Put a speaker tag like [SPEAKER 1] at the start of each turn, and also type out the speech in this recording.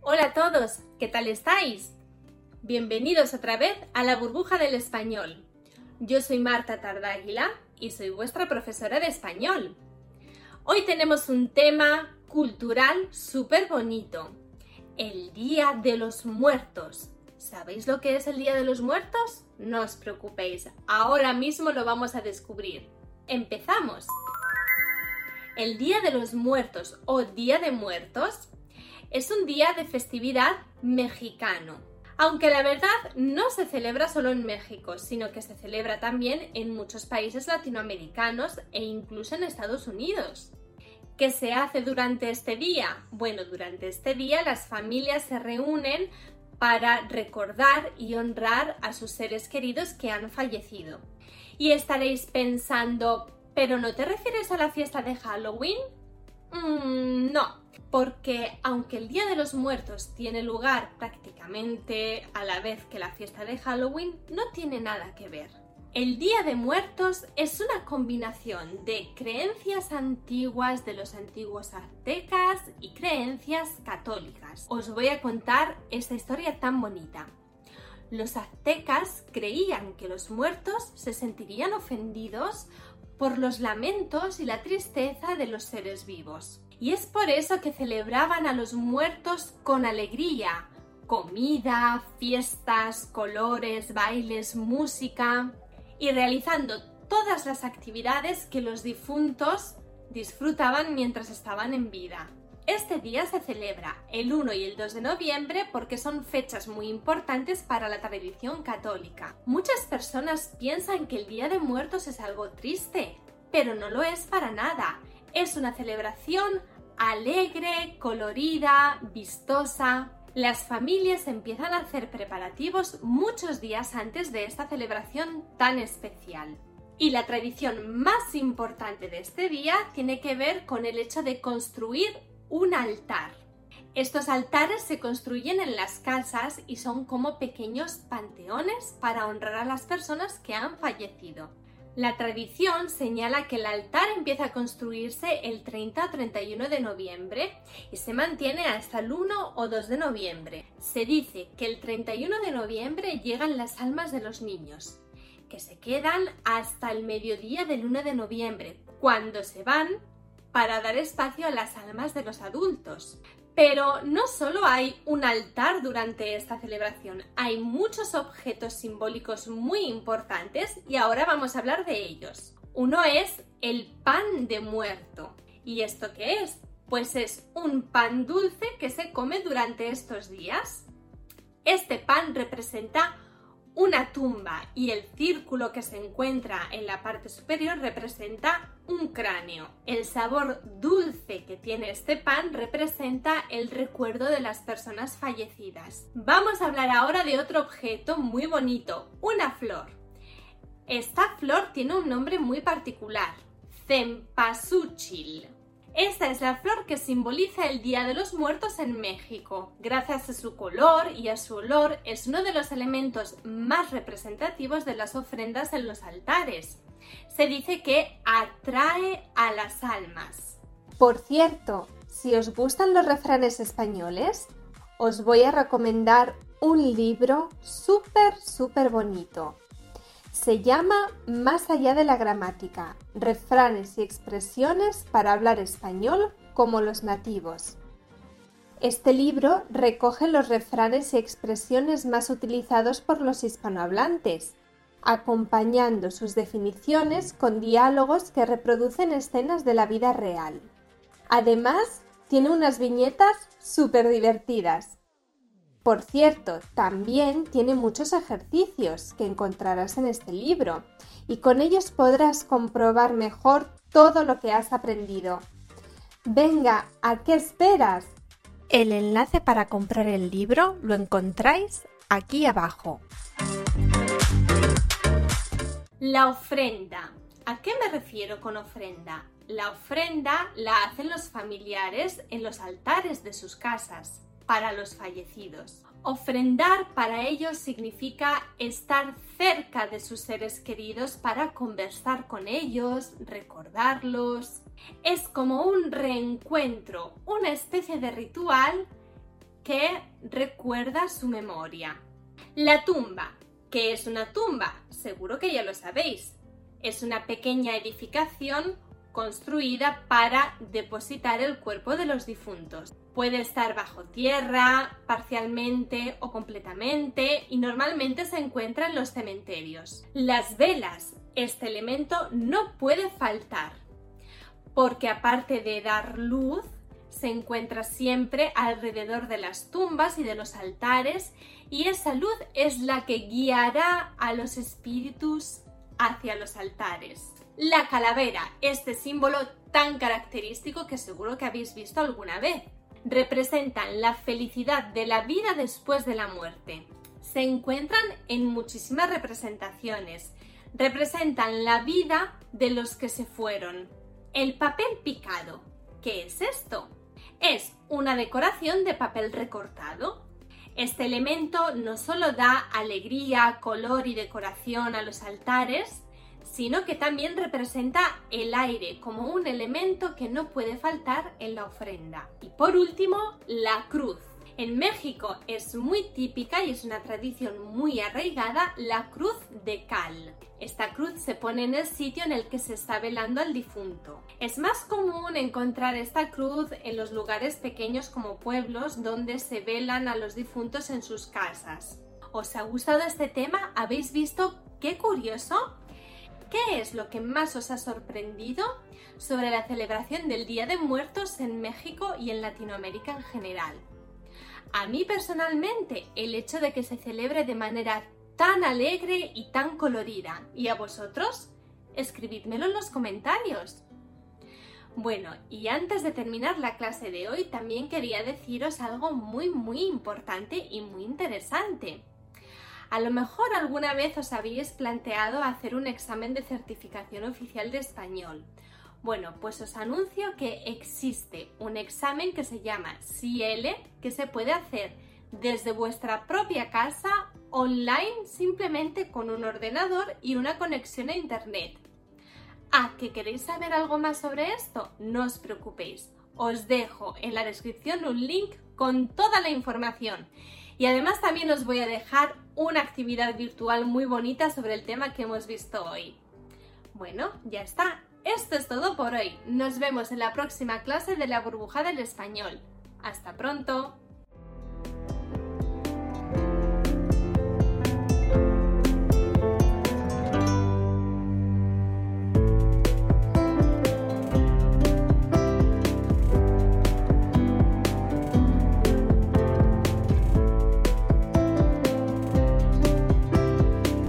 [SPEAKER 1] Hola a todos, ¿qué tal estáis? Bienvenidos otra vez a la burbuja del español. Yo soy Marta Tardáguila y soy vuestra profesora de español. Hoy tenemos un tema cultural súper bonito, el Día de los Muertos. ¿Sabéis lo que es el Día de los Muertos? No os preocupéis, ahora mismo lo vamos a descubrir. ¡Empezamos! El Día de los Muertos o Día de Muertos es un día de festividad mexicano, aunque la verdad no se celebra solo en México, sino que se celebra también en muchos países latinoamericanos e incluso en Estados Unidos. ¿Qué se hace durante este día? Bueno, durante este día las familias se reúnen para recordar y honrar a sus seres queridos que han fallecido. Y estaréis pensando, ¿pero no te refieres a la fiesta de Halloween? No, porque aunque el Día de los Muertos tiene lugar prácticamente a la vez que la fiesta de Halloween, no tiene nada que ver. El Día de Muertos es una combinación de creencias antiguas de los antiguos aztecas y creencias católicas. Os voy a contar esta historia tan bonita. Los aztecas creían que los muertos se sentirían ofendidos por los lamentos y la tristeza de los seres vivos. Y es por eso que celebraban a los muertos con alegría, comida, fiestas, colores, bailes, música y realizando todas las actividades que los difuntos disfrutaban mientras estaban en vida. Este día se celebra el 1 y el 2 de noviembre porque son fechas muy importantes para la tradición católica. Muchas personas piensan que el Día de Muertos es algo triste, pero no lo es para nada. Es una celebración alegre, colorida, vistosa. Las familias empiezan a hacer preparativos muchos días antes de esta celebración tan especial. Y la tradición más importante de este día tiene que ver con el hecho de construir un altar. Estos altares se construyen en las casas y son como pequeños panteones para honrar a las personas que han fallecido. La tradición señala que el altar empieza a construirse el 30 o 31 de noviembre y se mantiene hasta el 1 o 2 de noviembre. Se dice que el 31 de noviembre llegan las almas de los niños, que se quedan hasta el mediodía del 1 de noviembre, cuando se van para dar espacio a las almas de los adultos. Pero no solo hay un altar durante esta celebración, hay muchos objetos simbólicos muy importantes y ahora vamos a hablar de ellos. Uno es el pan de muerto. ¿Y esto qué es? Pues es un pan dulce que se come durante estos días. Este pan representa una tumba y el círculo que se encuentra en la parte superior representa un cráneo. El sabor dulce que tiene este pan representa el recuerdo de las personas fallecidas. Vamos a hablar ahora de otro objeto muy bonito, una flor. Esta flor tiene un nombre muy particular, cempasúchil. Esta es la flor que simboliza el Día de los Muertos en México. Gracias a su color y a su olor, es uno de los elementos más representativos de las ofrendas en los altares. Se dice que atrae a las almas.
[SPEAKER 2] Por cierto, si os gustan los refranes españoles, os voy a recomendar un libro súper bonito. Se llama Más allá de la gramática, refranes y expresiones para hablar español como los nativos. Este libro recoge los refranes y expresiones más utilizados por los hispanohablantes, acompañando sus definiciones con diálogos que reproducen escenas de la vida real. Además, tiene unas viñetas súper divertidas. Por cierto, también tiene muchos ejercicios que encontrarás en este libro y con ellos podrás comprobar mejor todo lo que has aprendido. Venga, ¿a qué esperas? El enlace para comprar el libro lo encontráis aquí abajo.
[SPEAKER 1] La ofrenda. ¿A qué me refiero con ofrenda? La ofrenda la hacen los familiares en los altares de sus casas para los fallecidos. Ofrendar para ellos significa estar cerca de sus seres queridos para conversar con ellos, recordarlos. Es como un reencuentro, una especie de ritual que recuerda su memoria. La tumba. ¿Qué es una tumba? Seguro que ya lo sabéis. Es una pequeña edificación construida para depositar el cuerpo de los difuntos. Puede estar bajo tierra, parcialmente o completamente, y normalmente se encuentra en los cementerios. Las velas. Este elemento no puede faltar, porque aparte de dar luz, se encuentra siempre alrededor de las tumbas y de los altares, y esa luz es la que guiará a los espíritus hacia los altares. La calavera, este símbolo tan característico que seguro que habéis visto alguna vez. Representan la felicidad de la vida después de la muerte. Se encuentran en muchísimas representaciones. Representan la vida de los que se fueron. El papel picado. ¿Qué es esto? Es una decoración de papel recortado. Este elemento no solo da alegría, color y decoración a los altares, sino que también representa el aire como un elemento que no puede faltar en la ofrenda. Y por último, la cruz. En México es muy típica y es una tradición muy arraigada la cruz de cal. Esta cruz se pone en el sitio en el que se está velando al difunto. Es más común encontrar esta cruz en los lugares pequeños como pueblos donde se velan a los difuntos en sus casas. ¿Os ha gustado este tema? ¿Habéis visto qué curioso? ¿Qué es lo que más os ha sorprendido sobre la celebración del Día de Muertos en México y en Latinoamérica en general? A mí personalmente, el hecho de que se celebre de manera tan alegre y tan colorida. ¿Y a vosotros? Escribidmelo en los comentarios. Bueno, y antes de terminar la clase de hoy, también quería deciros algo muy importante y muy interesante. A lo mejor alguna vez os habéis planteado hacer un examen de certificación oficial de español. Bueno, pues os anuncio que existe un examen que se llama CIELE, que se puede hacer desde vuestra propia casa, online, simplemente con un ordenador y una conexión a internet. ¿Que queréis saber algo más sobre esto? No os preocupéis, os dejo en la descripción un link con toda la información. Y además también os voy a dejar una actividad virtual muy bonita sobre el tema que hemos visto hoy. Bueno, ya está. Esto es todo por hoy. Nos vemos en la próxima clase de la burbuja del español. ¡Hasta pronto!